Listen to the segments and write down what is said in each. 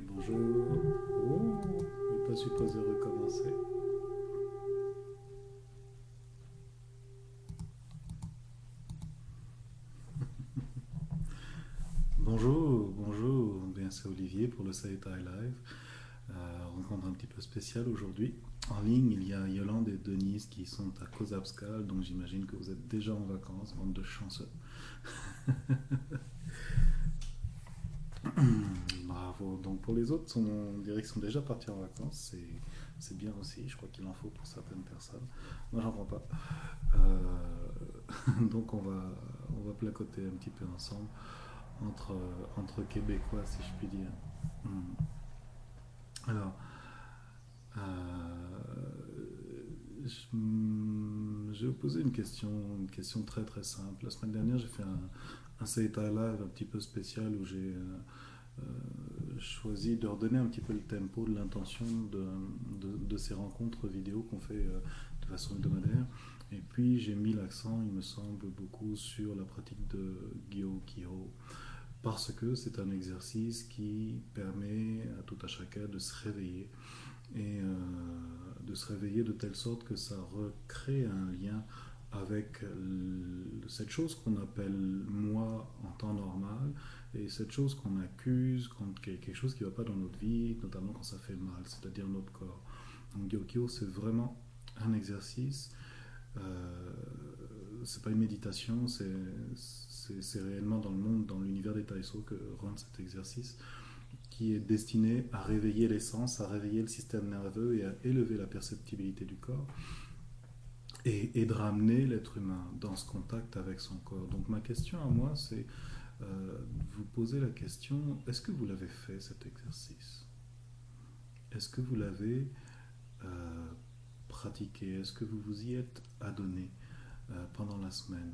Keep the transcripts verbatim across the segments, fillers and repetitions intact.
Bonjour. Oh, il n'est pas supposé recommencer. Bonjour, bonjour. Bien, c'est Olivier pour le Saïtai Live. Euh, rencontre un petit peu spéciale aujourd'hui. En ligne, il y a Yolande et Denise qui sont à Kozabskal, donc j'imagine que vous êtes déjà en vacances, bande de chanceux. Bravo. Donc pour les autres, sont, on dirait qu'ils sont déjà partis en vacances. C'est, c'est bien aussi. Je crois qu'il en faut pour certaines personnes. Moi, j'en prends pas. Euh, donc on va, on va placoter un petit peu ensemble entre, entre Québécois, si je puis dire. Hmm. Alors, euh, je, hmm, je vais vous poser une question, une question très très simple. La semaine dernière, j'ai fait un, un Seita Live un petit peu spécial où j'ai euh, euh, choisi de redonner un petit peu le tempo de l'intention de, de, de ces rencontres vidéo qu'on fait euh, de façon hebdomadaire. Et puis j'ai mis l'accent, il me semble, beaucoup sur la pratique de Gyo-Kiho, parce que c'est un exercice qui permet à tout à chacun de se réveiller et euh, de se réveiller de telle sorte que ça recrée un lien avec cette chose qu'on appelle moi en temps normal et cette chose qu'on accuse quand quelque chose qui ne va pas dans notre vie, notamment quand ça fait mal, c'est-à-dire notre corps. Donc Gyokyo, c'est vraiment un exercice, euh, c'est pas une méditation, c'est, c'est, c'est réellement dans le monde, dans l'univers des Taïso que rentre cet exercice qui est destiné à réveiller les sens, à réveiller le système nerveux et à élever la perceptibilité du corps et, et de ramener l'être humain dans ce contact avec son corps. Donc ma question à moi, c'est euh, de vous poser la question, est-ce que vous l'avez fait cet exercice? Est-ce que vous l'avez euh, pratiqué? Est-ce que vous vous y êtes adonné euh, pendant la semaine?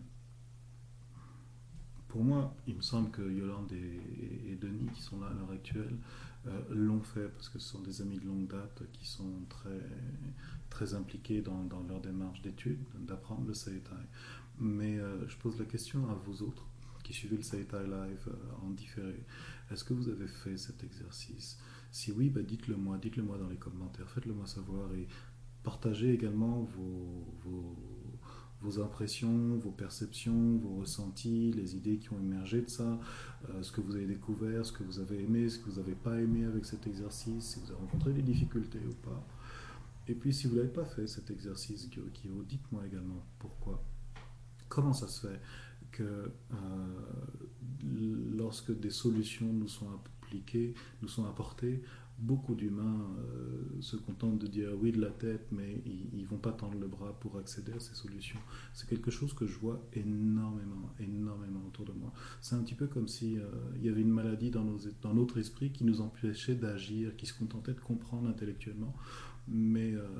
Pour moi, il me semble que Yolande et, et Denis, qui sont là à l'heure actuelle, euh, l'ont fait parce que ce sont des amis de longue date qui sont très, très impliqués dans, dans leur démarche d'étude, d'apprendre le Saitai. Mais euh, je pose la question à vous autres qui suivez le Saitai Live euh, en différé. Est-ce que vous avez fait cet exercice? Si oui, bah dites-le moi, dites-le moi dans les commentaires, faites-le moi savoir et partagez également vos, vos, vos impressions, vos perceptions, vos ressentis, les idées qui ont émergé de ça, euh, ce que vous avez découvert, ce que vous avez aimé, ce que vous n'avez pas aimé avec cet exercice, si vous avez rencontré des difficultés ou pas. Et puis si vous n'avez pas fait cet exercice Gyokyo, dites-moi également pourquoi. Comment ça se fait que euh, lorsque des solutions nous sont appliquées, nous sont apportées, beaucoup d'humains euh, se contentent de dire oui de la tête, mais ils ne vont pas tendre le bras pour accéder à ces solutions. C'est quelque chose que je vois énormément, énormément autour de moi. C'est un petit peu comme si euh, il y avait une maladie dans, nos, dans notre esprit qui nous empêchait d'agir, qui se contentait de comprendre intellectuellement, mais euh,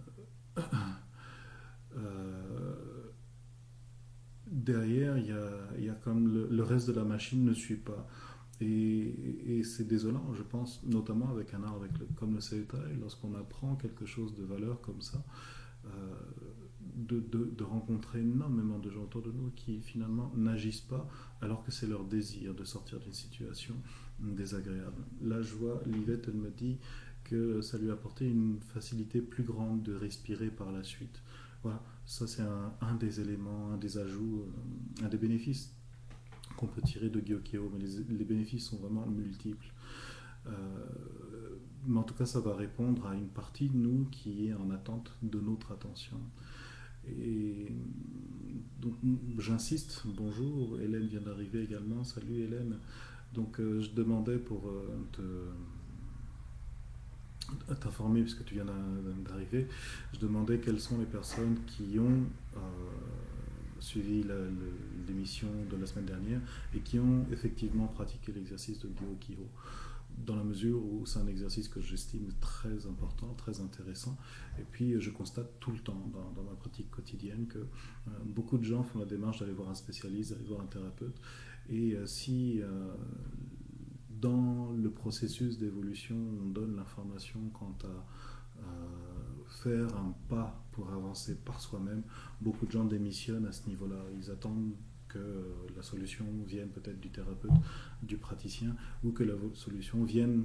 euh, derrière, il y a, il y a comme le, le reste de la machine ne suit pas. Et, et c'est désolant, je pense, notamment avec un art avec le, comme le Seitai, lorsqu'on apprend quelque chose de valeur comme ça, euh, de, de, de rencontrer énormément de gens autour de nous qui finalement n'agissent pas alors que c'est leur désir de sortir d'une situation désagréable. Là, je vois, Livette, elle me dit que ça lui a apporté une facilité plus grande de respirer par la suite. Voilà, ça c'est un, un des éléments, un des ajouts, euh, un des bénéfices qu'on peut tirer de Gyokyo, mais les, les bénéfices sont vraiment multiples. Euh, mais en tout cas, ça va répondre à une partie de nous qui est en attente de notre attention. Et donc, j'insiste, bonjour, Hélène vient d'arriver également, salut Hélène. Donc, euh, je demandais pour euh, te t'informer, puisque tu viens d'arriver, je demandais quelles sont les personnes qui ont euh, suivi la, le, l'émission de la semaine dernière et qui ont effectivement pratiqué l'exercice de Gyo-Kiho, dans la mesure où c'est un exercice que j'estime très important, très intéressant. Et puis je constate tout le temps dans, dans ma pratique quotidienne que euh, beaucoup de gens font la démarche d'aller voir un spécialiste, d'aller voir un thérapeute. Et euh, si euh, dans le processus d'évolution, on donne l'information quant à euh, faire un pas pour avancer par soi-même, beaucoup de gens démissionnent à ce niveau-là. Ils attendent que la solution vienne peut-être du thérapeute, du praticien, ou que la solution vienne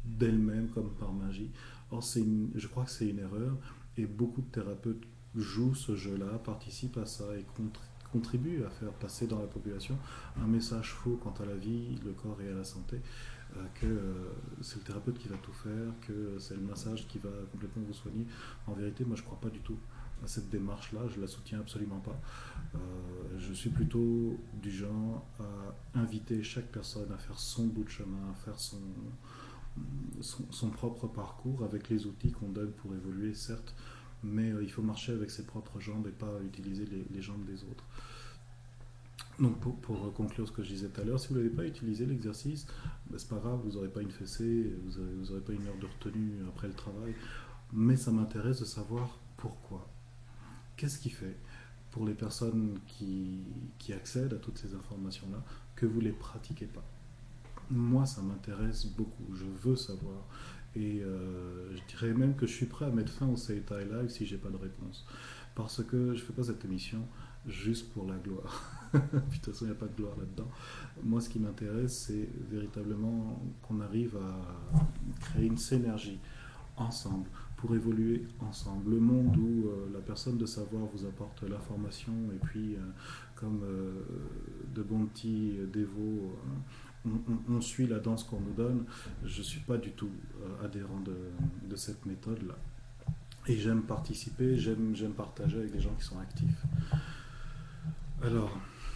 d'elle-même comme par magie. Or, c'est une, je crois que c'est une erreur et beaucoup de thérapeutes jouent ce jeu-là, participent à ça et contr- contribuent à faire passer dans la population un message faux quant à la vie, le corps et à la santé, euh, que euh, c'est le thérapeute qui va tout faire, que c'est le massage qui va complètement vous soigner. En vérité, moi, je ne crois pas du tout à cette démarche-là, je la soutiens absolument pas. Euh, je suis plutôt du genre à inviter chaque personne à faire son bout de chemin, à faire son, son, son propre parcours avec les outils qu'on donne pour évoluer, certes, mais euh, il faut marcher avec ses propres jambes et pas utiliser les, les jambes des autres. Donc pour, pour conclure ce que je disais tout à l'heure, si vous n'avez pas utilisé l'exercice, ben c'est pas grave, vous n'aurez pas une fessée, vous n'aurez pas une heure de retenue après le travail, mais ça m'intéresse de savoir pourquoi. Qu'est-ce qui fait pour les personnes qui, qui accèdent à toutes ces informations-là que vous ne les pratiquez pas? Moi, ça m'intéresse beaucoup, je veux savoir. Et euh, je dirais même que je suis prêt à mettre fin au C I T I Live si j'ai pas de réponse. Parce que je fais pas cette émission juste pour la gloire. Puis de toute façon, il n'y a pas de gloire là-dedans. Moi, ce qui m'intéresse, c'est véritablement qu'on arrive à créer une synergie ensemble pour évoluer ensemble. Le monde où euh, la personne de savoir vous apporte l'information et puis, euh, comme euh, de bons petits dévots, euh, on, on, on, suit la danse qu'on nous donne. Je ne suis pas du tout euh, adhérent de, de cette méthode-là. Et j'aime participer, j'aime, j'aime partager avec des gens qui sont actifs. Alors,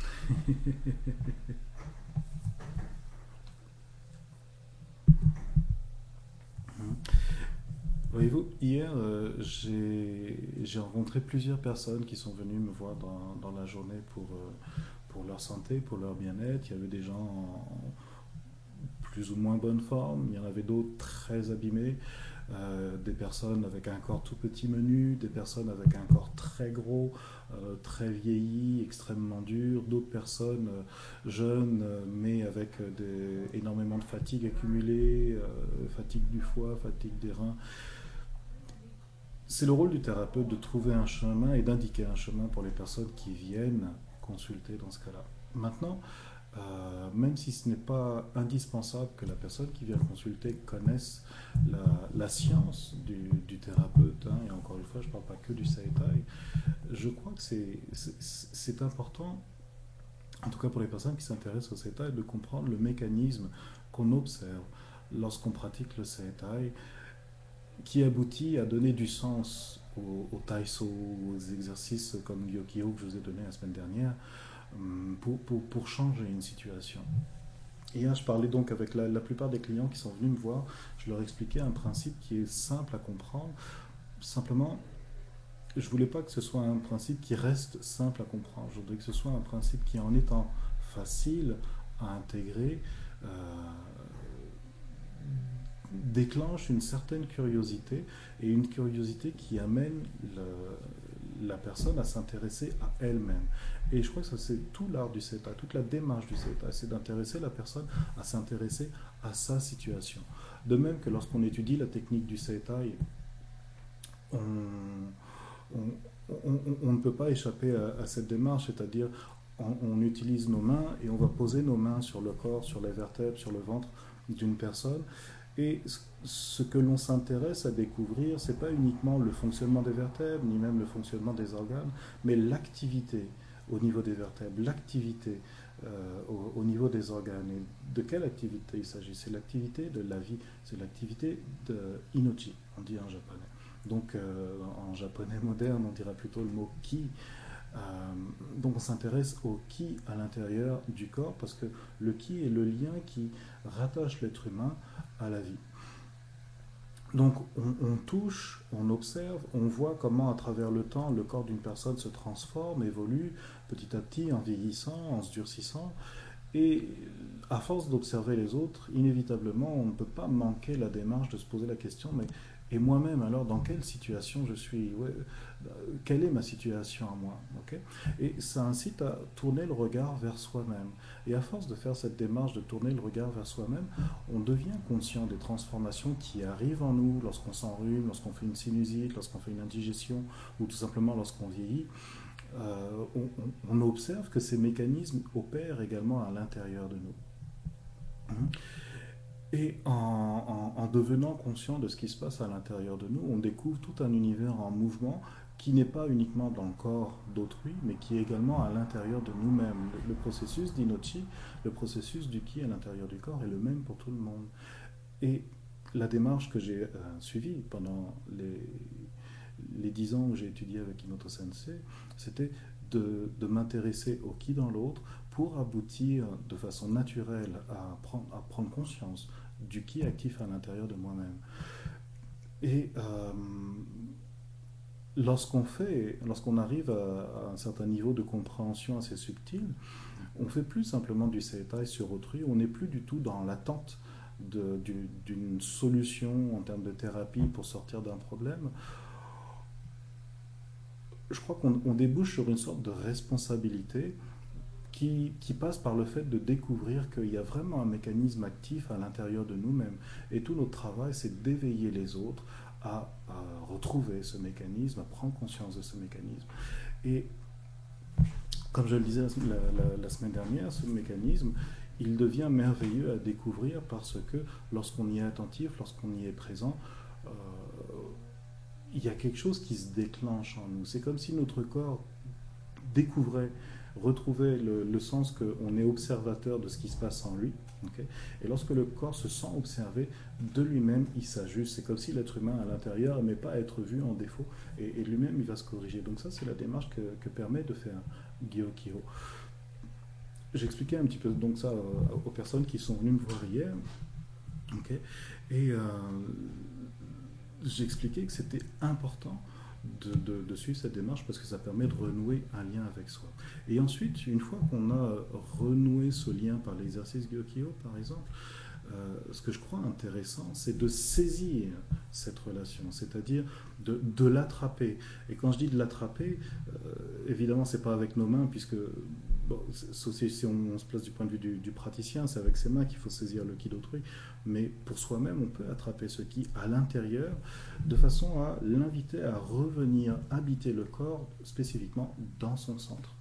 voyez-vous, hier, euh, j'ai, j'ai rencontré plusieurs personnes qui sont venues me voir dans, dans la journée pour, euh, pour leur santé, pour leur bien-être. Il y avait des gens en plus ou moins bonne forme, il y en avait d'autres très abîmés, euh, des personnes avec un corps tout petit menu, des personnes avec un corps très gros, euh, très vieilli, extrêmement dur, d'autres personnes euh, jeunes euh, mais avec des, énormément de fatigue accumulée, euh, fatigue du foie, fatigue des reins. C'est le rôle du thérapeute de trouver un chemin et d'indiquer un chemin pour les personnes qui viennent consulter dans ce cas-là. Maintenant, euh, même si ce n'est pas indispensable que la personne qui vient consulter connaisse la, la science du, du thérapeute, hein, et encore une fois, je ne parle pas que du C I T I, je crois que c'est, c'est, c'est important, en tout cas pour les personnes qui s'intéressent au C I T I, de comprendre le mécanisme qu'on observe lorsqu'on pratique le C I T I, qui aboutit à donner du sens au, au taïso, aux exercices comme Gyokyo que je vous ai donné la semaine dernière, pour, pour, pour changer une situation. Hier, je parlais donc avec la, la plupart des clients qui sont venus me voir, je leur expliquais un principe qui est simple à comprendre. Simplement, je ne voulais pas que ce soit un principe qui reste simple à comprendre, je voudrais que ce soit un principe qui, en étant facile à intégrer, euh, déclenche une certaine curiosité, et une curiosité qui amène le, la personne à s'intéresser à elle-même. Et je crois que ça, c'est tout l'art du C I T I, toute la démarche du C I T I, c'est d'intéresser la personne à s'intéresser à sa situation. De même que lorsqu'on étudie la technique du C I T I, on, on, on, on ne peut pas échapper à, à cette démarche, c'est-à-dire on, on utilise nos mains et on va poser nos mains sur le corps, sur les vertèbres, sur le ventre d'une personne. Et ce que l'on s'intéresse à découvrir, ce n'est pas uniquement le fonctionnement des vertèbres, ni même le fonctionnement des organes, mais l'activité au niveau des vertèbres, l'activité euh, au, au niveau des organes. Et de quelle activité il s'agit? C'est l'activité de la vie, c'est l'activité de inochi, on dit en japonais. Donc euh, en japonais moderne, on dira plutôt le mot ki. Euh, donc on s'intéresse au ki à l'intérieur du corps, parce que le ki est le lien qui rattache l'être humain à la vie. Donc on, on touche, on observe, on voit comment à travers le temps le corps d'une personne se transforme, évolue petit à petit en vieillissant, en se durcissant, et à force d'observer les autres, inévitablement on ne peut pas manquer la démarche de se poser la question, mais et moi-même alors dans quelle situation je suis, ouais, quelle est ma situation à moi, okay? Et ça incite à tourner le regard vers soi-même. Et à force de faire cette démarche de tourner le regard vers soi-même, on devient conscient des transformations qui arrivent en nous lorsqu'on s'enrhume, lorsqu'on fait une sinusite, lorsqu'on fait une indigestion, ou tout simplement lorsqu'on vieillit. Euh, on, on observe que ces mécanismes opèrent également à l'intérieur de nous. Et en, en- en devenant conscient de ce qui se passe à l'intérieur de nous, on découvre tout un univers en mouvement qui n'est pas uniquement dans le corps d'autrui, mais qui est également à l'intérieur de nous-mêmes. Le, le processus d'Inochi, le processus du ki à l'intérieur du corps est le même pour tout le monde. Et la démarche que j'ai euh, suivie pendant les, les dix ans où j'ai étudié avec Imoto Sensei, c'était de, de m'intéresser au ki dans l'autre pour aboutir de façon naturelle à prendre, à prendre conscience du ki actif à l'intérieur de moi-même. Et euh, lorsqu'on fait, lorsqu'on arrive à, à un certain niveau de compréhension assez subtil, on fait plus simplement du seitai sur autrui, on n'est plus du tout dans l'attente de- du- d'une solution en termes de thérapie pour sortir d'un problème. Je crois qu'on on débouche sur une sorte de responsabilité qui, qui passe par le fait de découvrir qu'il y a vraiment un mécanisme actif à l'intérieur de nous-mêmes. Et tout notre travail, c'est d'éveiller les autres à, à retrouver ce mécanisme, à prendre conscience de ce mécanisme. Et comme je le disais la, la- la semaine dernière, ce mécanisme, il devient merveilleux à découvrir parce que lorsqu'on y est attentif, lorsqu'on y est présent, euh, il y a quelque chose qui se déclenche en nous. C'est comme si notre corps découvrait, retrouvait le, le sens qu'on est observateur de ce qui se passe en lui. Okay. Et lorsque le corps se sent observé, de lui-même, il s'ajuste. C'est comme si l'être humain à l'intérieur n'aimait pas être vu en défaut, et, et lui-même, il va se corriger. Donc ça, c'est la démarche que, que permet de faire Gyokyo. J'expliquais un petit peu donc ça aux personnes qui sont venues me voir hier. Okay. Et euh, j'expliquais que c'était important de, de, de suivre cette démarche parce que ça permet de renouer un lien avec soi. Et ensuite, une fois qu'on a renoué ce lien par l'exercice Gyokyo, par exemple, euh, ce que je crois intéressant, c'est de saisir cette relation, c'est-à-dire de, de l'attraper. Et quand je dis de l'attraper, euh, évidemment, c'est pas avec nos mains, puisque bon, si on, on se place du point de vue du, du praticien, c'est avec ses mains qu'il faut saisir le ki d'autrui. Mais pour soi-même, on peut attraper ce ki à l'intérieur, de façon à l'inviter à revenir habiter le corps, spécifiquement dans son centre.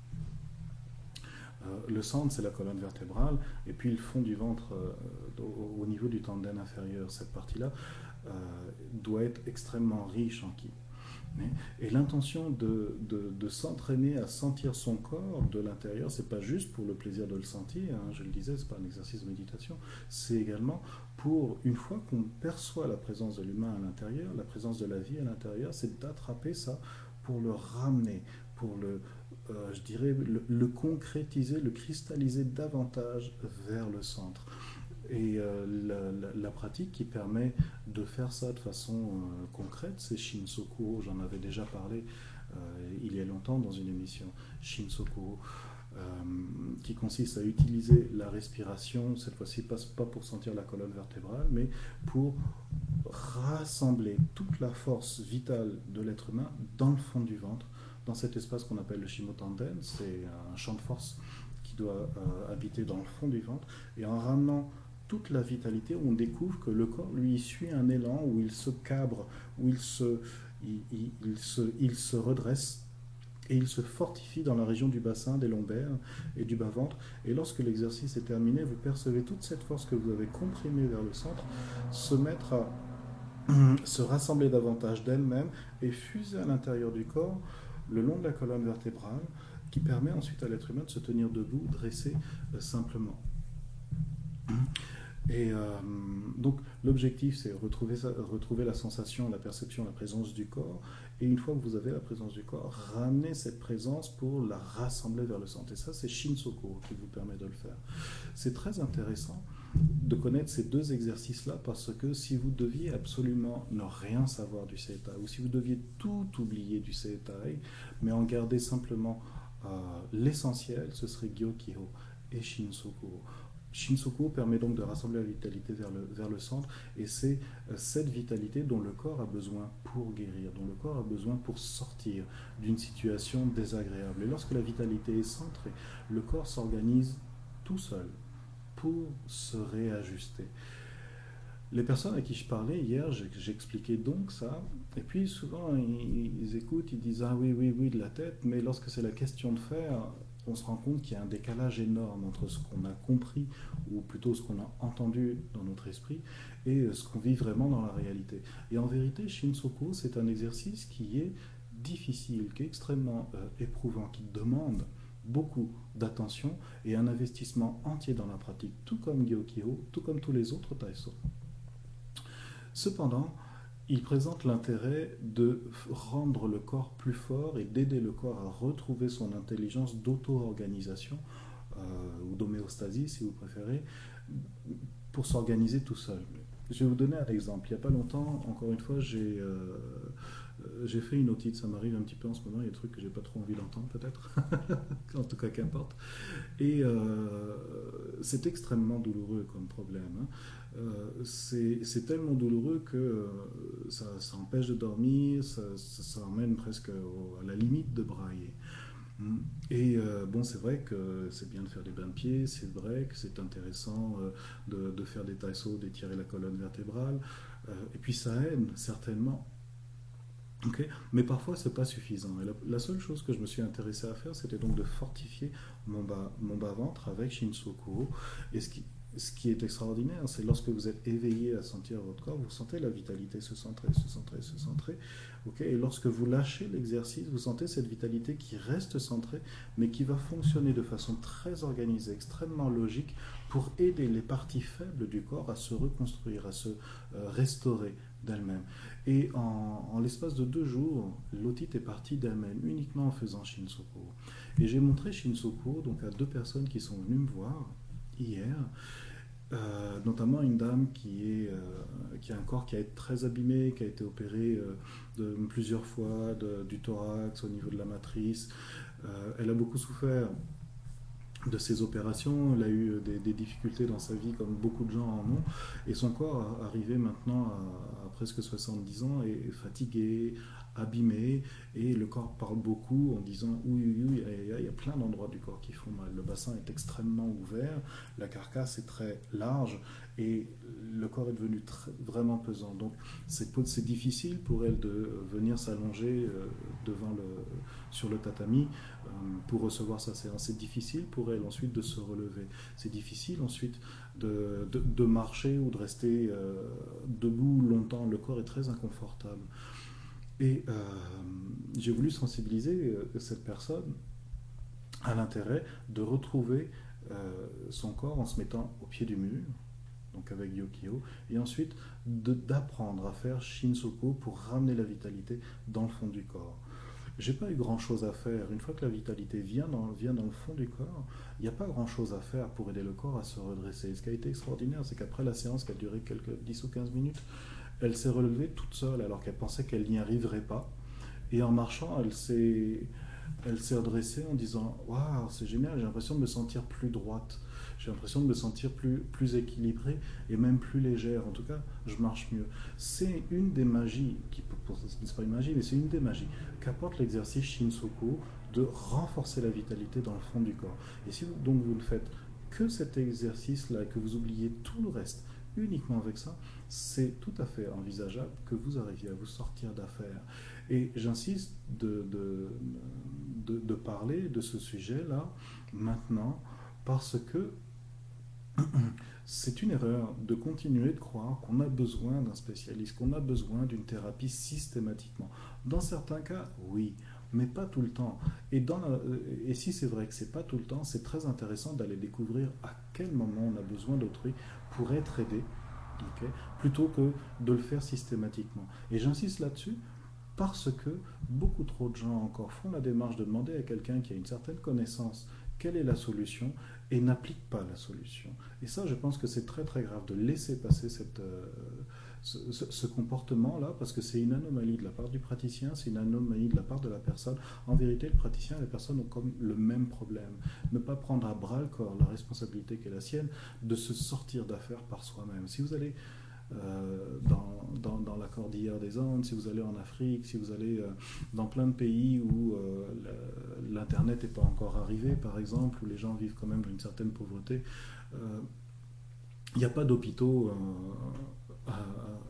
Euh, le centre, c'est la colonne vertébrale, et puis le fond du ventre, euh, au, au niveau du tendon inférieur, cette partie-là, euh, doit être extrêmement riche en ki. Et l'intention de, de, de s'entraîner à sentir son corps de l'intérieur, c'est pas juste pour le plaisir de le sentir, hein, je le disais, c'est pas un exercice de méditation, c'est également pour, une fois qu'on perçoit la présence de l'humain à l'intérieur, la présence de la vie à l'intérieur, c'est d'attraper ça pour le ramener, pour le, euh, je dirais, le, le concrétiser, le cristalliser davantage vers le centre. Et euh, la, la, la, pratique qui permet de faire ça de façon euh, concrète, c'est Shinsoku. J'en avais déjà parlé euh, il y a longtemps dans une émission. Shinsoku, euh, qui consiste à utiliser la respiration, cette fois-ci pas, pas pour sentir la colonne vertébrale, mais pour rassembler toute la force vitale de l'être humain dans le fond du ventre, dans cet espace qu'on appelle le Shimotanden. C'est un champ de force qui doit euh, habiter dans le fond du ventre. Et en ramenant toute la vitalité, on découvre que le corps, lui, suit un élan où il se cabre, où il se, il, il, il se, il se redresse et il se fortifie dans la région du bassin, des lombaires et du bas-ventre. Et lorsque l'exercice est terminé, vous percevez toute cette force que vous avez comprimée vers le centre se mettre à se rassembler davantage d'elle-même et fuser à l'intérieur du corps le long de la colonne vertébrale qui permet ensuite à l'être humain de se tenir debout, dressé euh, simplement. Et euh, donc l'objectif, c'est retrouver, retrouver la sensation, la perception, la présence du corps. Et une fois que vous avez la présence du corps, ramener cette présence pour la rassembler vers le centre. Et ça, c'est Shinsoku qui vous permet de le faire. C'est très intéressant de connaître ces deux exercices-là parce que si vous deviez absolument ne rien savoir du seitai, ou si vous deviez tout oublier du seitai, mais en garder simplement euh, l'essentiel, ce serait Gyokyo et Shinsoku. Shinsoku permet donc de rassembler la vitalité vers le, vers le centre, et c'est euh, cette vitalité dont le corps a besoin pour guérir, dont le corps a besoin pour sortir d'une situation désagréable. Et lorsque la vitalité est centrée, le corps s'organise tout seul pour se réajuster. Les personnes à qui je parlais hier, j'expliquais donc ça, et puis souvent ils, ils écoutent, ils disent ah oui, oui, oui de la tête, mais lorsque c'est la question de faire, on se rend compte qu'il y a un décalage énorme entre ce qu'on a compris, ou plutôt ce qu'on a entendu dans notre esprit, et ce qu'on vit vraiment dans la réalité. Et en vérité, Shinsoku, c'est un exercice qui est difficile, qui est extrêmement euh, éprouvant, qui demande beaucoup d'attention et un investissement entier dans la pratique, tout comme Gyokyo, tout comme tous les autres Taiso. Cependant, il présente l'intérêt de rendre le corps plus fort et d'aider le corps à retrouver son intelligence d'auto-organisation, euh, ou d'homéostasie si vous préférez, pour s'organiser tout seul. Je vais vous donner un exemple. Il n'y a pas longtemps, encore une fois, j'ai euh, j'ai fait une otite. Ça m'arrive un petit peu en ce moment. Il y a des trucs que j'ai pas trop envie d'entendre, peut-être. En tout cas, qu'importe. Et euh, c'est extrêmement douloureux comme problème. Hein. Euh, c'est c'est tellement douloureux que euh, ça, ça empêche de dormir, ça, ça, ça emmène presque au- à la limite de brailler. Mm. Et euh, bon, c'est vrai que c'est bien de faire des bains de pieds, c'est vrai que c'est intéressant euh, de, de faire des taïsos, d'étirer la colonne vertébrale, euh, et puis ça aide certainement. Ok. Mais parfois, c'est pas suffisant. Et la, la seule chose que je me suis intéressé à faire, c'était donc de fortifier mon bas, mon bas-ventre avec Shinsoku. Et ce qui, ce qui est extraordinaire, c'est lorsque vous êtes éveillé à sentir votre corps, vous sentez la vitalité se centrer, se centrer, se centrer. Okay. Et lorsque vous lâchez l'exercice, vous sentez cette vitalité qui reste centrée, mais qui va fonctionner de façon très organisée, extrêmement logique, pour aider les parties faibles du corps à se reconstruire, à se euh, restaurer d'elles-mêmes. Et en, en l'espace de deux jours, l'otite est partie d'elle-même, uniquement en faisant Shinsoku. Et j'ai montré Shinsoku donc, à deux personnes qui sont venues me voir hier, euh, notamment une dame qui, est, euh, qui a un corps qui a été très abîmé, qui a été opérée euh, de, plusieurs fois, de, du thorax, au niveau de la matrice. Euh, elle a beaucoup souffert de ses opérations, elle a eu des, des difficultés dans sa vie comme beaucoup de gens en ont, et son corps, arrivé maintenant à, à presque soixante-dix ans, est fatigué, abîmé, et le corps parle beaucoup en disant oui, oui, oui, il y a plein d'endroits du corps qui font mal. Le bassin est extrêmement ouvert, la carcasse est très large, et le corps est devenu très, vraiment pesant. Donc c'est, c'est difficile pour elle de venir s'allonger euh, devant le, sur le tatami euh, pour recevoir sa séance. C'est difficile pour elle ensuite de se relever. C'est difficile ensuite de, de, de marcher ou de rester euh, debout longtemps. Le corps est très inconfortable. Et euh, j'ai voulu sensibiliser euh, cette personne à l'intérêt de retrouver euh, son corps en se mettant au pied du mur, donc avec Yokio, et ensuite de, d'apprendre à faire Shinsoku pour ramener la vitalité dans le fond du corps. J'ai pas eu grand chose à faire. Une fois que la vitalité vient dans, vient dans le fond du corps, il n'y a pas grand chose à faire pour aider le corps à se redresser. Et ce qui a été extraordinaire, c'est qu'après la séance qui a duré quelques dix ou quinze minutes, elle s'est relevée toute seule alors qu'elle pensait qu'elle n'y arriverait pas. Et en marchant, elle s'est, elle s'est redressée en disant waouh, c'est génial, j'ai l'impression de me sentir plus droite. J'ai l'impression de me sentir plus, plus équilibrée et même plus légère. En tout cas, je marche mieux. C'est une des magies, qui, pour, c'est pas une magie, mais c'est une des magies qu'apporte l'exercice Shinsoku de renforcer la vitalité dans le fond du corps. Et si vous, donc vous ne faites que cet exercice-là et que vous oubliez tout le reste, uniquement avec ça, c'est tout à fait envisageable que vous arriviez à vous sortir d'affaires. Et j'insiste de, de, de, de parler de ce sujet-là maintenant parce que c'est une erreur de continuer de croire qu'on a besoin d'un spécialiste, qu'on a besoin d'une thérapie systématiquement. Dans certains cas, oui, mais pas tout le temps. Et, dans la- et si c'est vrai que c'est pas tout le temps, c'est très intéressant d'aller découvrir à quel moment on a besoin d'autrui pour être aidé, ok, plutôt que de le faire systématiquement. Et j'insiste là-dessus parce que beaucoup trop de gens encore font la démarche de demander à quelqu'un qui a une certaine connaissance quelle est la solution et n'appliquent pas la solution. Et ça, je pense que c'est très très grave de laisser passer cette, euh, ce, ce, ce comportement-là parce que c'est une anomalie de la part du praticien, c'est une anomalie de la part de la personne. En vérité, le praticien et la personne ont comme le même problème. Ne pas prendre à bras le corps la responsabilité qui est la sienne de se sortir d'affaires par soi-même. Si vous allez euh, dans, dans, dans la cordillère des Andes, si vous allez en Afrique, si vous allez euh, dans plein de pays où euh, l'Internet n'est pas encore arrivé, par exemple, où les gens vivent quand même dans une certaine pauvreté, euh, il n'y a pas d'hôpitaux euh, à,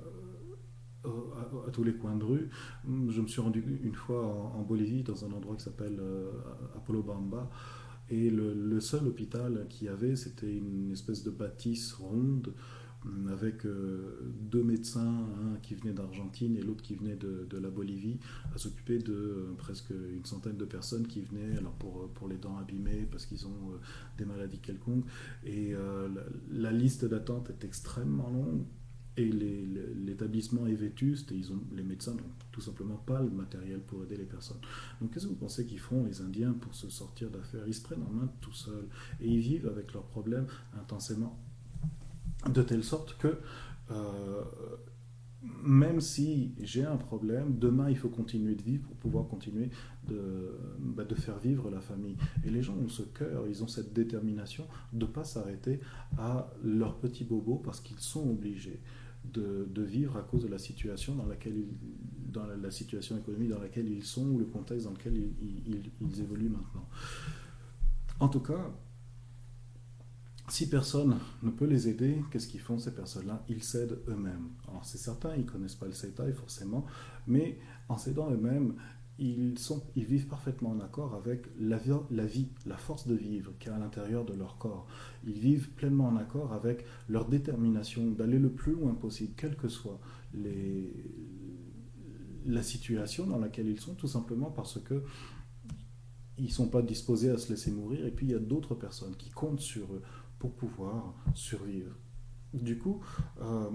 à, à, à tous les coins de rue. Je me suis rendu une fois en, en Bolivie, dans un endroit qui s'appelle euh, Apolobamba. Et le, le seul hôpital qu'il y avait, c'était une espèce de bâtisse ronde avec euh, deux médecins, un qui venait d'Argentine et l'autre qui venait de, de la Bolivie, à s'occuper de euh, presque une centaine de personnes qui venaient alors pour, pour les dents abîmées parce qu'ils ont euh, des maladies quelconques. Et euh, la, la liste d'attente est extrêmement longue. Et les- les- l'établissement est vétuste et ils ont, les médecins n'ont tout simplement pas le matériel pour aider les personnes. Donc qu'est-ce que vous pensez qu'ils font les Indiens pour se sortir d'affaires? Ils se prennent en main tout seuls et ils vivent avec leurs problèmes intensément, de telle sorte que euh, même si j'ai un problème, demain il faut continuer de vivre pour pouvoir continuer de, bah, de faire vivre la famille. Et les gens ont ce cœur, ils ont cette détermination de ne pas s'arrêter à leurs petits bobos parce qu'ils sont obligés de, de vivre à cause de la situation dans laquelle ils, dans la, la situation économique dans laquelle ils sont ou le contexte dans lequel ils, ils, ils évoluent maintenant. En tout cas, si personne ne peut les aider, qu'est-ce qu'ils font ces personnes-là? Ils s'aident eux-mêmes. Alors c'est certain, ils ne connaissent pas le Seitai forcément, mais en s'aidant eux-mêmes, ils, sont, ils vivent parfaitement en accord avec la vie, la vie, la force de vivre qui est à l'intérieur de leur corps. Ils vivent pleinement en accord avec leur détermination d'aller le plus loin possible, quelle que soit les, la situation dans laquelle ils sont, tout simplement parce que ils ne sont pas disposés à se laisser mourir, et puis il y a d'autres personnes qui comptent sur eux pour pouvoir survivre. Du coup, euh,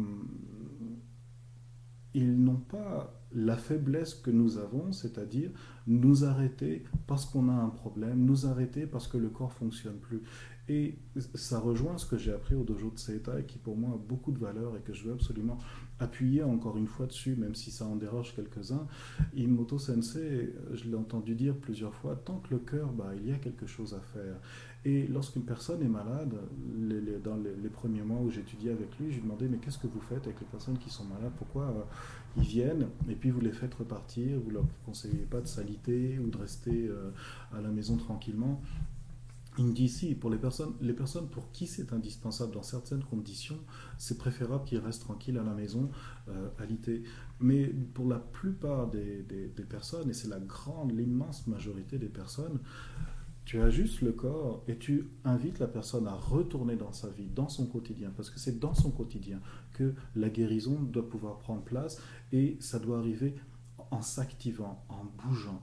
ils n'ont pas la faiblesse que nous avons, c'est-à-dire nous arrêter parce qu'on a un problème, nous arrêter parce que le corps ne fonctionne plus. Et ça rejoint ce que j'ai appris au dojo de Seitai, qui pour moi a beaucoup de valeur et que je veux absolument appuyer encore une fois dessus, même si ça en déroge quelques-uns. Imoto Sensei, je l'ai entendu dire plusieurs fois, tant que le cœur bat, il y a quelque chose à faire. Et lorsqu'une personne est malade, les, les, dans les, les premiers mois où j'étudiais avec lui, je lui demandais mais qu'est-ce que vous faites avec les personnes qui sont malades? Pourquoi euh, ils viennent et puis vous les faites repartir? Vous leur conseillez pas de s'aliter ou de rester euh, à la maison tranquillement? Il me dit si, pour les personnes, les personnes pour qui c'est indispensable dans certaines conditions, c'est préférable qu'ils restent tranquilles à la maison, euh, alité. Mais pour la plupart des, des, des personnes, et c'est la grande, l'immense majorité des personnes, tu ajustes le corps et tu invites la personne à retourner dans sa vie, dans son quotidien, parce que c'est dans son quotidien que la guérison doit pouvoir prendre place et ça doit arriver en s'activant, en bougeant,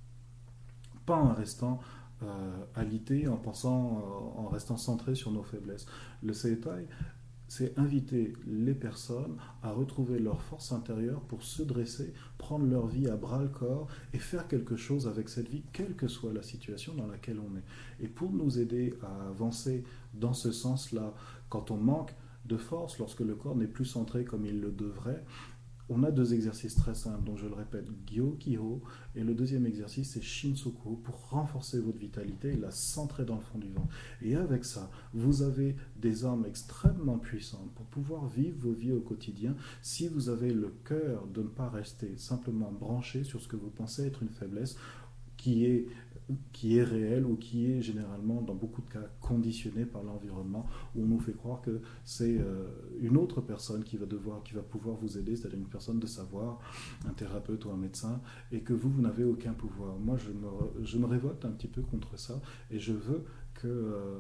pas en restant euh, alité, en pensant, euh, en restant centré sur nos faiblesses. Le Seitai, c'est inviter les personnes à retrouver leur force intérieure pour se dresser, prendre leur vie à bras le corps et faire quelque chose avec cette vie, quelle que soit la situation dans laquelle on est. Et pour nous aider à avancer dans ce sens-là, quand on manque de force, lorsque le corps n'est plus centré comme il le devrait, on a deux exercices très simples, donc je le répète, Gyo-Kiho, et le deuxième exercice c'est Shinsoku, pour renforcer votre vitalité et la centrer dans le fond du ventre. Et avec ça, vous avez des armes extrêmement puissantes pour pouvoir vivre vos vies au quotidien si vous avez le cœur de ne pas rester simplement branché sur ce que vous pensez être une faiblesse qui est qui est réel ou qui est généralement, dans beaucoup de cas, conditionné par l'environnement, où on nous fait croire que c'est euh, une autre personne qui va, devoir, qui va pouvoir vous aider, c'est-à-dire une personne de savoir, un thérapeute ou un médecin, et que vous, vous n'avez aucun pouvoir. Moi, je me, je me révolte un petit peu contre ça, et je veux que euh,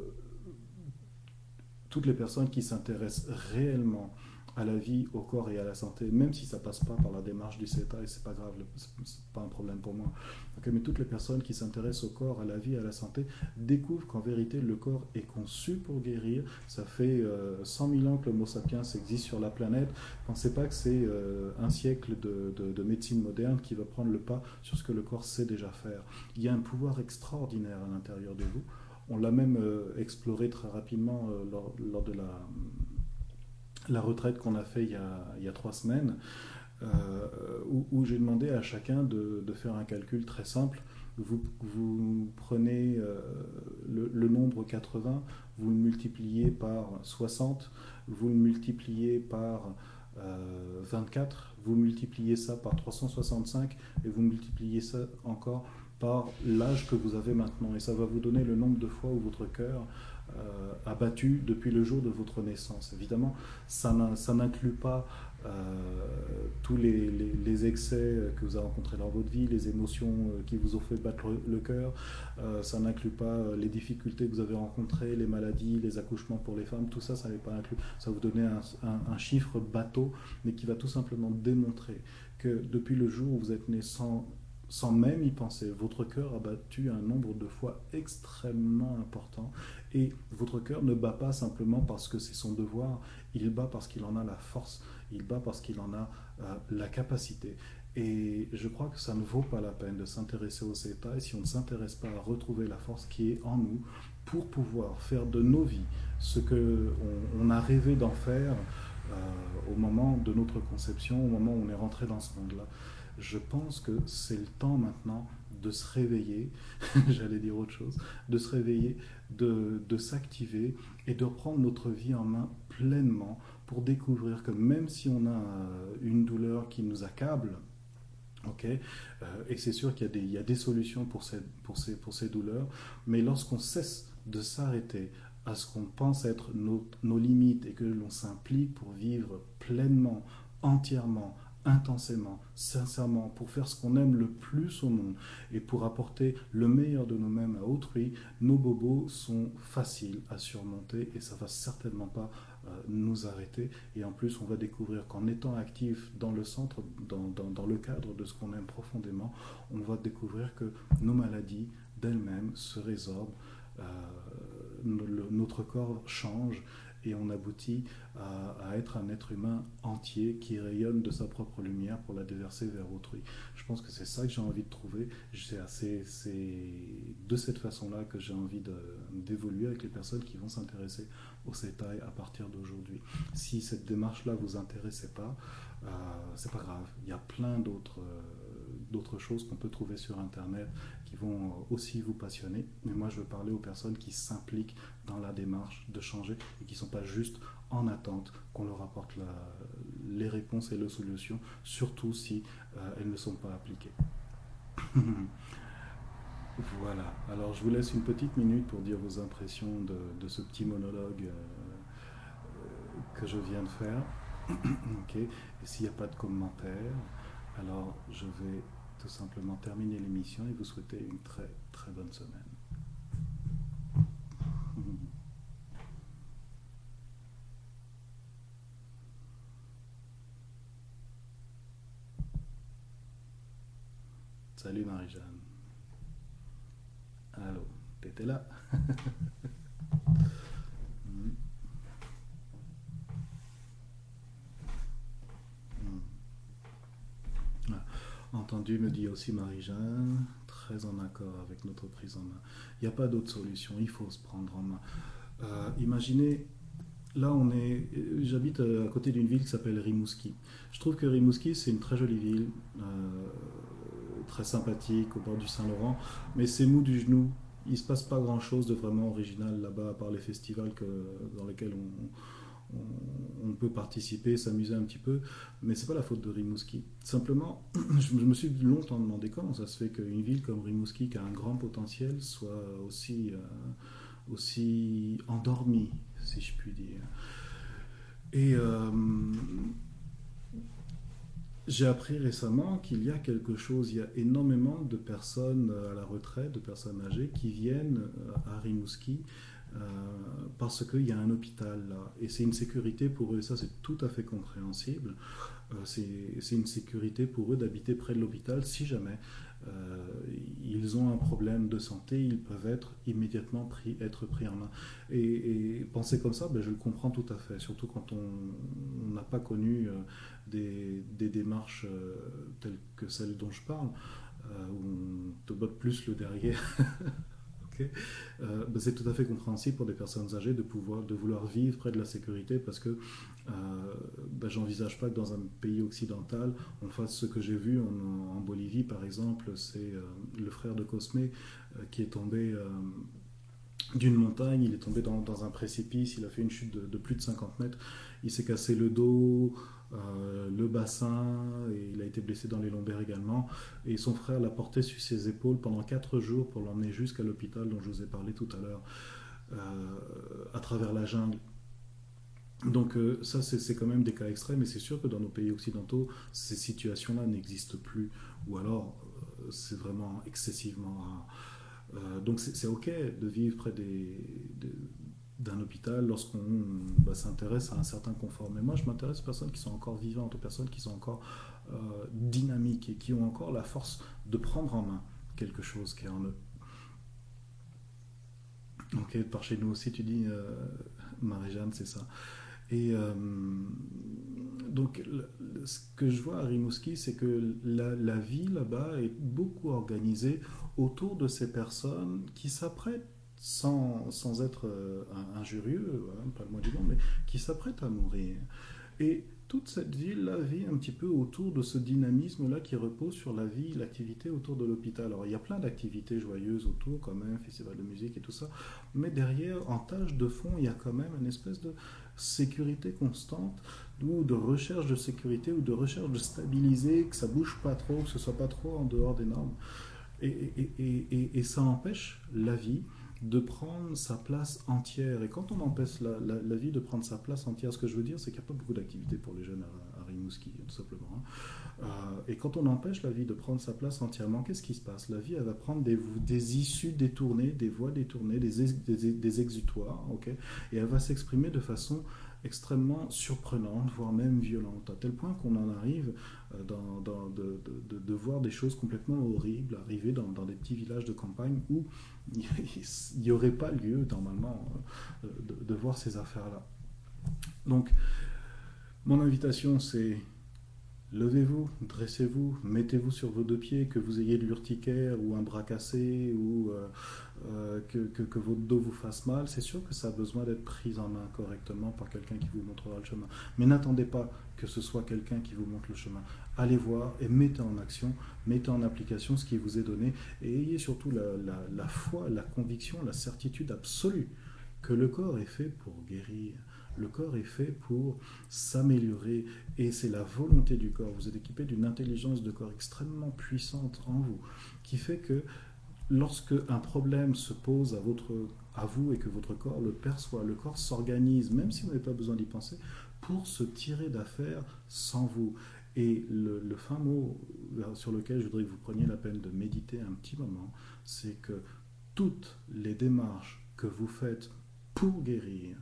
toutes les personnes qui s'intéressent réellement à la vie, au corps et à la santé, même si ça passe pas par la démarche du Seitai, c'est pas grave, c'est pas un problème pour moi. Okay, mais toutes les personnes qui s'intéressent au corps, à la vie, à la santé, découvrent qu'en vérité le corps est conçu pour guérir. Ça fait euh, cent mille ans que l'Homo sapiens existe sur la planète. Pensez pas que c'est euh, un siècle de, de, de médecine moderne qui va prendre le pas sur ce que le corps sait déjà faire. Il y a un pouvoir extraordinaire à l'intérieur de vous. On l'a même euh, exploré très rapidement euh, lors, lors de la la retraite qu'on a fait il y a, il y a trois semaines, euh, où, où j'ai demandé à chacun de, de faire un calcul très simple. Vous, vous prenez euh, le, le nombre quatre-vingts, vous le multipliez par soixante, vous le multipliez par euh, vingt-quatre, vous multipliez ça par trois cent soixante-cinq et vous multipliez ça encore par l'âge que vous avez maintenant. Et ça va vous donner le nombre de fois où votre cœur euh, abattu depuis le jour de votre naissance. Évidemment, ça, n'a- ça n'inclut pas euh, tous les, les- les excès que vous avez rencontrés dans votre vie, les émotions euh, qui vous ont fait battre le, le cœur. Euh, ça n'inclut pas euh, les difficultés que vous avez rencontrées, les maladies, les accouchements pour les femmes. Tout ça, ça n'est pas inclus. Ça va vous donner un, un- un chiffre bateau, mais qui va tout simplement démontrer que depuis le jour où vous êtes né sans, sans même y penser, votre cœur a battu un nombre de fois extrêmement important. Et votre cœur ne bat pas simplement parce que c'est son devoir, il bat parce qu'il en a la force, il bat parce qu'il en a euh, la capacité. Et je crois que ça ne vaut pas la peine de s'intéresser aux détails si on ne s'intéresse pas à retrouver la force qui est en nous pour pouvoir faire de nos vies ce qu'on on a rêvé d'en faire euh, au moment de notre conception, au moment où on est rentré dans ce monde-là. Je pense que c'est le temps maintenant de se réveiller, j'allais dire autre chose, de se réveiller, de, de s'activer et de reprendre notre vie en main pleinement pour découvrir que même si on a euh, une douleur qui nous accable, ok, euh, et c'est sûr qu'il y a des, il y a des solutions pour ces, pour, ces, pour ces douleurs, mais lorsqu'on cesse de s'arrêter à ce qu'on pense être nos, nos limites et que l'on s'implique pour vivre pleinement, entièrement, intensément, sincèrement, pour faire ce qu'on aime le plus au monde et pour apporter le meilleur de nous-mêmes à autrui, nos bobos sont faciles à surmonter et ça va certainement pas euh, nous arrêter. Et en plus, on va découvrir qu'en étant actif dans le centre, dans, dans, dans le cadre de ce qu'on aime profondément, on va découvrir que nos maladies d'elles-mêmes se résorbent, euh, le, notre corps change et on aboutit à, à être un être humain entier qui rayonne de sa propre lumière pour la déverser vers autrui. Je pense que c'est ça que j'ai envie de trouver. C'est, assez, c'est de cette façon-là que j'ai envie de, d'évoluer avec les personnes qui vont s'intéresser au Setai à partir d'aujourd'hui. Si cette démarche-là vous intéressait pas, euh, c'est pas grave. Il y a plein d'autres, euh, d'autres choses qu'on peut trouver sur Internet qui vont aussi vous passionner. Mais moi, je veux parler aux personnes qui s'impliquent dans la démarche de changer et qui ne sont pas juste en attente qu'on leur apporte la, les réponses et les solutions, surtout si euh, elles ne sont pas appliquées. Voilà, alors je vous laisse une petite minute pour dire vos impressions de, de ce petit monologue euh, que je viens de faire. Ok. Et s'il n'y a pas de commentaires, alors je vais tout simplement terminer l'émission et vous souhaiter une très très bonne semaine. Salut Marie-Jeanne. Allô, t'étais là? Mm, mm. Ah, entendu, me dit aussi Marie-Jeanne, très en accord avec notre prise en main. Il n'y a pas d'autre solution, il faut se prendre en main. Euh, imaginez, là on est, j'habite à côté d'une ville qui s'appelle Rimouski. Je trouve que Rimouski c'est une très jolie ville, euh, très sympathique au bord du Saint-Laurent, mais c'est mou du genou. Il ne se passe pas grand-chose de vraiment original là-bas, à part les festivals que, dans lesquels on, on, on peut participer, s'amuser un petit peu, mais c'est pas la faute de Rimouski. Simplement, je me suis longtemps demandé comment ça se fait qu'une ville comme Rimouski, qui a un grand potentiel, soit aussi, euh, aussi endormie, si je puis dire. Et euh, j'ai appris récemment qu'il y a quelque chose, il y a énormément de personnes à la retraite, de personnes âgées qui viennent à Rimouski euh, parce qu'il y a un hôpital là. Et c'est une sécurité pour eux, et ça c'est tout à fait compréhensible. Euh, c'est, c'est une sécurité pour eux d'habiter près de l'hôpital si jamais euh, ils ont un problème de santé, ils peuvent être immédiatement pris, être pris en main. Et, et penser comme ça, ben, je le comprends tout à fait, surtout quand on n'a pas connu euh, des, des démarches euh, telles que celles dont je parle, euh, où on te botte plus le derrière. Okay. Euh, ben c'est tout à fait compréhensible pour des personnes âgées de, pouvoir, de vouloir vivre près de la sécurité parce que euh, ben j'envisage pas que dans un pays occidental on fasse ce que j'ai vu en, en Bolivie par exemple. C'est euh, le frère de Cosme euh, qui est tombé euh, d'une montagne, il est tombé dans, dans un précipice, il a fait une chute de, de plus de cinquante mètres, il s'est cassé le dos, euh, le bassin, et il a été blessé dans les lombaires également. Et son frère l'a porté sur ses épaules pendant quatre jours pour l'emmener jusqu'à l'hôpital dont je vous ai parlé tout à l'heure. euh, à travers la jungle. Donc euh, ça, c'est c'est quand même des cas extrêmes, et c'est sûr que dans nos pays occidentaux, ces situations-là n'existent plus, ou alors euh, c'est vraiment excessivement rare. Euh, donc c'est c'est ok de vivre près des, des- d'un hôpital lorsqu'on bah, s'intéresse à un certain confort. Mais moi, je m'intéresse aux personnes qui sont encore vivantes, aux personnes qui sont encore euh, dynamiques et qui ont encore la force de prendre en main quelque chose qui est en eux. Ok, par chez nous aussi, tu dis, euh, Marie-Jeanne, c'est ça. Et euh, donc, le- le- ce que je vois à Rimouski, c'est que la, la vie là-bas est beaucoup organisée autour de ces personnes qui s'apprêtent, sans, sans être euh, un- injurieux, hein, pas le moins du monde, mais qui s'apprêtent à mourir. Et toute cette ville-là vit un petit peu autour de ce dynamisme-là qui repose sur la vie, l'activité autour de l'hôpital. Alors il y a plein d'activités joyeuses autour, quand même, festival de musique et tout ça, mais derrière, en tâche de fond, il y a quand même une espèce de sécurité constante, ou de recherche de sécurité, ou de recherche de stabiliser, que ça bouge pas trop, que ce soit pas trop en dehors des normes. Et, et, et, et, et ça empêche la vie de prendre sa place entière. Et quand on empêche la, la, la vie de prendre sa place entière, ce que je veux dire, c'est qu'il n'y a pas beaucoup d'activités pour les jeunes à, à Rimouski, tout simplement. Hein. Euh, et quand on empêche la vie de prendre sa place entièrement, qu'est-ce qui se passe? La vie, elle va prendre des, des issues détournées, des voies détournées, des, ex, des, des exutoires, okay, et elle va s'exprimer de façon extrêmement surprenante, voire même violente, à tel point qu'on en arrive euh, dans, dans, de, de, de, de voir des choses complètement horribles arriver dans, dans des petits villages de campagne où il n'y aurait pas lieu, normalement, euh, de, de voir ces affaires-là. Donc, mon invitation, c'est levez-vous, dressez-vous, mettez-vous sur vos deux pieds, que vous ayez de l'urticaire ou un bras cassé ou euh, euh, que, que, que votre dos vous fasse mal. C'est sûr que ça a besoin d'être pris en main correctement par quelqu'un qui vous montrera le chemin. Mais n'attendez pas que ce soit quelqu'un qui vous montre le chemin. Allez voir et mettez en action, mettez en application ce qui vous est donné et ayez surtout la, la, la foi, la conviction, la certitude absolue que le corps est fait pour guérir. Le corps est fait pour s'améliorer et c'est la volonté du corps. Vous êtes équipé d'une intelligence de corps extrêmement puissante en vous qui fait que lorsque un problème se pose à, votre, à vous et que votre corps le perçoit, le corps s'organise, même si vous n'avez pas besoin d'y penser, pour se tirer d'affaire sans vous. Et le, le fin mot sur lequel je voudrais que vous preniez la peine de méditer un petit moment, c'est que toutes les démarches que vous faites pour guérir,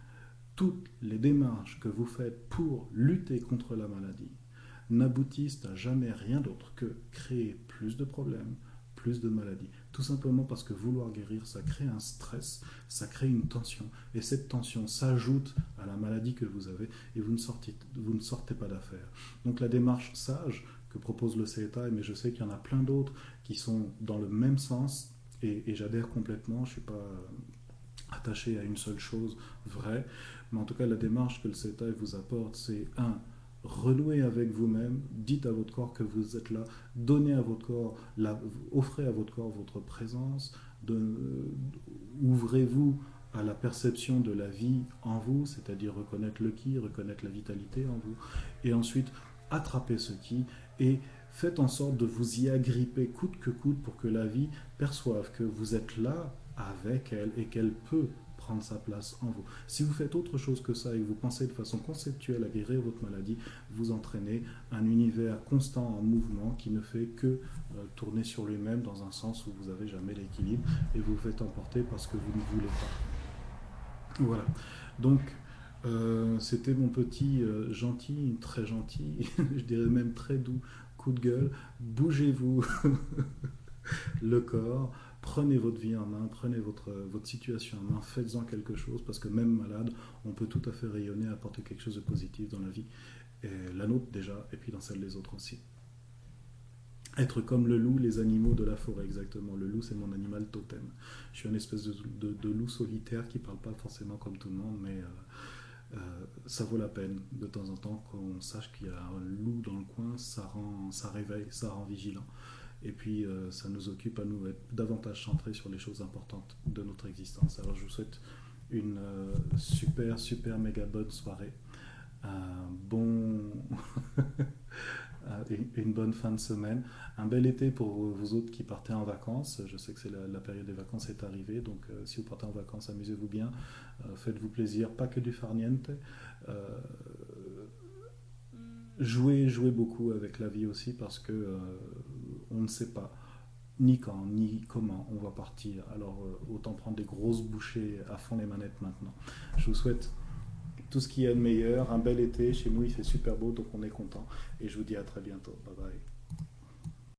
toutes les démarches que vous faites pour lutter contre la maladie n'aboutissent à jamais rien d'autre que créer plus de problèmes, plus de maladies. Tout simplement parce que vouloir guérir, ça crée un stress, ça crée une tension. Et cette tension s'ajoute à la maladie que vous avez et vous ne sortez, vous ne sortez pas d'affaire. Donc la démarche sage que propose le C E T A, mais je sais qu'il y en a plein d'autres qui sont dans le même sens, et, et j'adhère complètement, je ne suis pas attaché à une seule chose vraie, mais en tout cas la démarche que le C E T A vous apporte, c'est un, renouez avec vous-même, dites à votre corps que vous êtes là, donnez à votre corps, la, offrez à votre corps votre présence, de, euh, ouvrez-vous à la perception de la vie en vous, c'est-à-dire reconnaître le qui, reconnaître la vitalité en vous, et ensuite attrapez ce qui et faites en sorte de vous y agripper coûte que coûte pour que la vie perçoive que vous êtes là avec elle et qu'elle peut prendre sa place en vous. Si vous faites autre chose que ça et que vous pensez de façon conceptuelle à guérir votre maladie, vous entraînez un univers constant en mouvement qui ne fait que euh, tourner sur lui-même dans un sens où vous n'avez jamais l'équilibre et vous vous faites emporter parce que vous ne voulez pas. Voilà. Donc, euh, c'était mon petit euh, gentil, très gentil, je dirais même très doux coup de gueule. Bougez-vous le corps, prenez votre vie en main, prenez votre, votre situation en main, faites-en quelque chose, parce que même malade, on peut tout à fait rayonner, apporter quelque chose de positif dans la vie, et la nôtre déjà, et puis dans celle des autres aussi. Être comme le loup, les animaux de la forêt, exactement. Le loup, c'est mon animal totem. Je suis une espèce de, de, de loup solitaire qui ne parle pas forcément comme tout le monde, mais euh, euh, ça vaut la peine de temps en temps qu'on sache qu'il y a un loup dans le coin, ça, rend, ça réveille, ça rend vigilant. Et puis euh, ça nous occupe à nous être davantage centrés sur les choses importantes de notre existence. Alors je vous souhaite une euh, super, super méga bonne soirée. Un bon, et une bonne fin de semaine. Un bel été pour vous autres qui partez en vacances. Je sais que c'est la, la période des vacances est arrivée, donc euh, si vous partez en vacances, amusez-vous bien, euh, faites-vous plaisir, pas que du farniente. Euh, jouez, jouez beaucoup avec la vie aussi parce que euh, on ne sait pas ni quand, ni comment on va partir. Alors euh, autant prendre des grosses bouchées à fond les manettes maintenant. Je vous souhaite tout ce qu'il y a de meilleur, un bel été. Chez nous, il fait super beau, donc on est content. Et je vous dis à très bientôt. Bye bye.